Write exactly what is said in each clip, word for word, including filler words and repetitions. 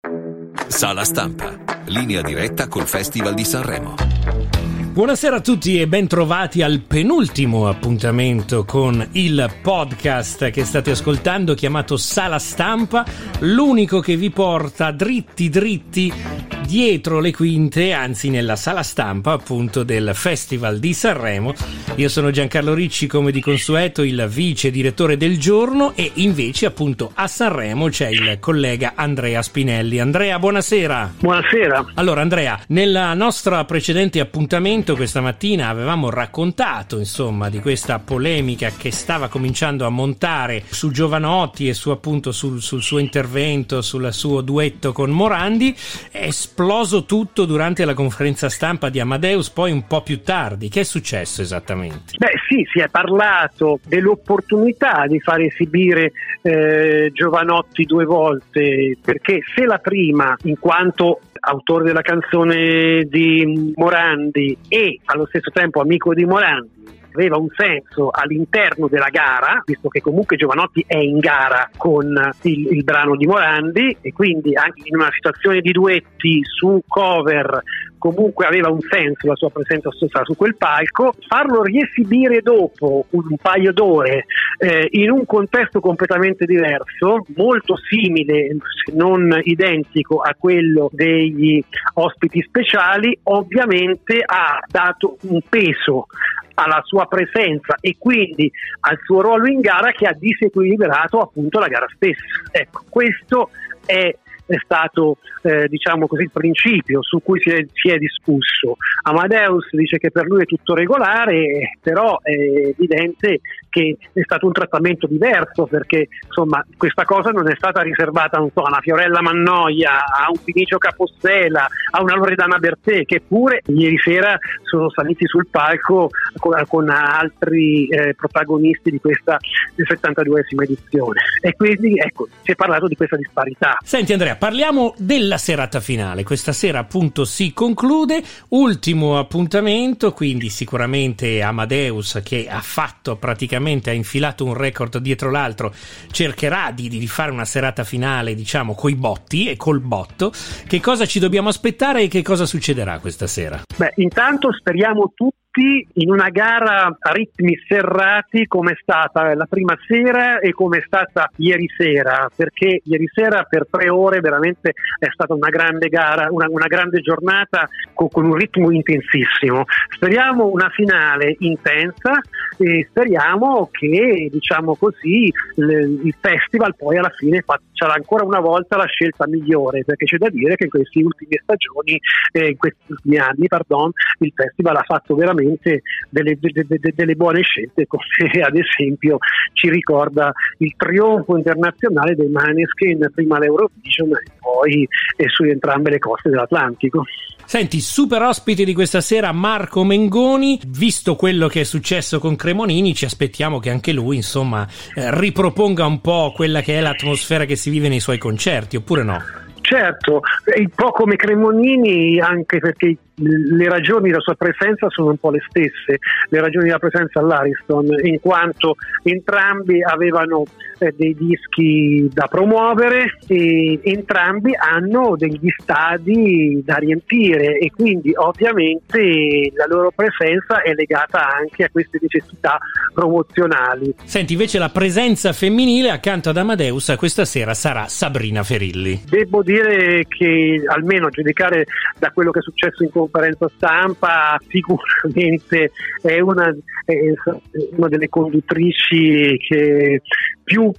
Sala Stampa, linea diretta col Festival di Sanremo. Buonasera a tutti e ben trovati al penultimo appuntamento con il podcast che state ascoltando, chiamato Sala Stampa, l'unico che vi porta dritti dritti dietro le quinte, anzi nella sala stampa appunto del Festival di Sanremo. Io sono Giancarlo Ricci, come di consueto il vice direttore del giorno, e invece appunto a Sanremo c'è il collega Andrea Spinelli. Andrea, buonasera. Buonasera. Allora Andrea, nella nostra precedente appuntamento questa mattina avevamo raccontato insomma di questa polemica che stava cominciando a montare su Jovanotti e su appunto sul, sul suo intervento, sul suo duetto con Morandi. È esploso tutto durante la conferenza stampa di Amadeus, poi un po' più tardi. Che è successo esattamente? Beh sì, si è parlato dell'opportunità di far esibire eh, Jovanotti due volte, perché se la prima, in quanto autore della canzone di Morandi e allo stesso tempo amico di Morandi, aveva un senso all'interno della gara, visto che comunque Jovanotti è in gara con il, il brano di Morandi, e quindi anche in una situazione di duetti su cover comunque aveva un senso la sua presenza su quel palco. Farlo riesibire dopo un paio d'ore eh, in un contesto completamente diverso, molto simile se non identico a quello degli ospiti speciali, ovviamente ha dato un peso alla sua presenza e quindi al suo ruolo in gara che ha disequilibrato appunto la gara stessa. Ecco, questo è è stato eh, diciamo così il principio su cui si è, si è discusso. Amadeus dice che per lui è tutto regolare, però è evidente che è stato un trattamento diverso, perché insomma questa cosa non è stata riservata non so, a una Fiorella Mannoia, a un Vinicio Capostela, a una Loredana Bertè, che pure ieri sera sono saliti sul palco con, con altri eh, protagonisti di questa settantaduesima edizione, e quindi ecco, si è parlato di questa disparità. Senti Andrea, parliamo della serata finale. Questa sera appunto si conclude, ultimo appuntamento, quindi sicuramente Amadeus, che ha fatto praticamente, ha infilato un record dietro l'altro, cercherà di, di fare una serata finale diciamo coi botti e col botto. Che cosa ci dobbiamo aspettare e che cosa succederà questa sera? Beh, intanto speriamo tutti in una gara a ritmi serrati come è stata la prima sera e come è stata ieri sera, perché ieri sera per tre ore veramente è stata una grande gara, una, una grande giornata con, con un ritmo intensissimo. Speriamo una finale intensa e speriamo che diciamo così l- il festival poi alla fine faccia ancora una volta la scelta migliore, perché c'è da dire che in queste ultime stagioni, eh, in questi ultimi anni, pardon, il festival ha fatto veramente Delle, de, de, de, delle buone scelte, come ad esempio ci ricorda il trionfo internazionale dei Maneskin, prima all'Eurovision e poi e su entrambe le coste dell'Atlantico. Senti, super ospite di questa sera Marco Mengoni. Visto quello che è successo con Cremonini, ci aspettiamo che anche lui insomma eh, riproponga un po' quella che è l'atmosfera che si vive nei suoi concerti, oppure no? Certo, un po' come Cremonini, anche perché le ragioni della sua presenza sono un po' le stesse, le ragioni della presenza all'Ariston, in quanto entrambi avevano eh, dei dischi da promuovere e entrambi hanno degli stadi da riempire, e quindi ovviamente la loro presenza è legata anche a queste necessità promozionali. Senti, invece la presenza femminile accanto ad Amadeus questa sera sarà Sabrina Ferilli. Devo dire che, almeno a giudicare da quello che è successo in conferenza stampa, sicuramente è una, è una delle conduttrici che più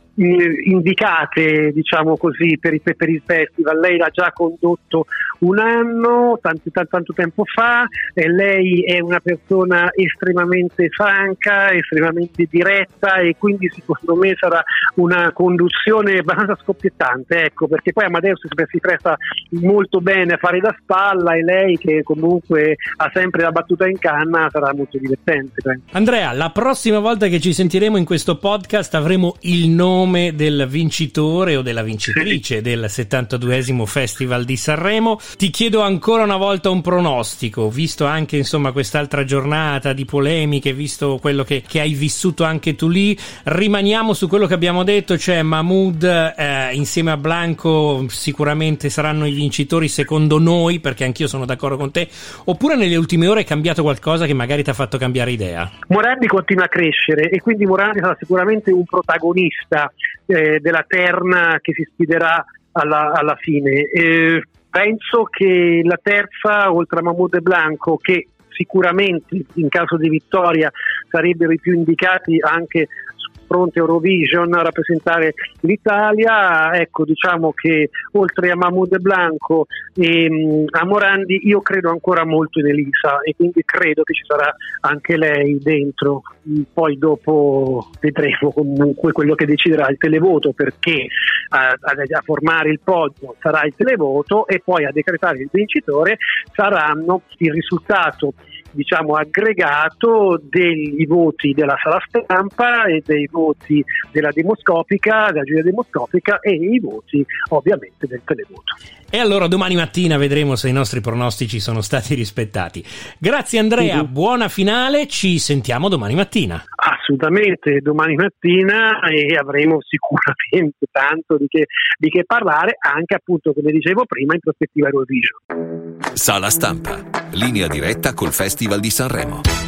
indicate, diciamo così, per il, per il festival. Lei l'ha già condotto un anno, tanto, tanto, tanto tempo fa, e lei è una persona estremamente franca, estremamente diretta, e quindi secondo me sarà una conduzione abbastanza scoppiettante, ecco, perché poi Amadeus si presta molto bene a fare da spalla, e lei, che comunque ha sempre la battuta in canna, sarà molto divertente. Andrea, la prossima volta che ci sentiremo in questo podcast avremo il il nome del vincitore o della vincitrice sì. del settantaduesimo Festival di Sanremo. Ti chiedo ancora una volta un pronostico, visto anche insomma quest'altra giornata di polemiche, visto quello che, che hai vissuto anche tu lì. Rimaniamo su quello che abbiamo detto, cioè Mahmood eh, insieme a Blanco sicuramente saranno i vincitori secondo noi, perché anch'io sono d'accordo con te, oppure nelle ultime ore è cambiato qualcosa che magari ti ha fatto cambiare idea? Morandi continua a crescere e quindi Morandi sarà sicuramente un protagonista eh, della terna che si sfiderà alla, alla fine. Eh, penso che la terza, oltre a Mahmood e Blanco, che sicuramente in caso di vittoria sarebbero i più indicati anche fronte Eurovision a rappresentare l'Italia, ecco, diciamo che oltre a Mahmood e Blanco e um, a Morandi io credo ancora molto in Elisa e quindi credo che ci sarà anche lei dentro. Poi dopo vedremo comunque quello che deciderà il televoto, perché a, a, a formare il podio sarà il televoto e poi a decretare il vincitore saranno il risultato, diciamo, aggregato dei voti della sala stampa e dei voti della demoscopica, della giuria demoscopica e i voti ovviamente del televoto. E allora domani mattina vedremo se i nostri pronostici sono stati rispettati. Grazie Andrea, mm-hmm. buona finale, ci sentiamo domani mattina. Assolutamente, domani mattina, e avremo sicuramente tanto di che, di che parlare, anche appunto come dicevo prima in prospettiva Eurovision. Sala Stampa, linea diretta col Festival di Sanremo.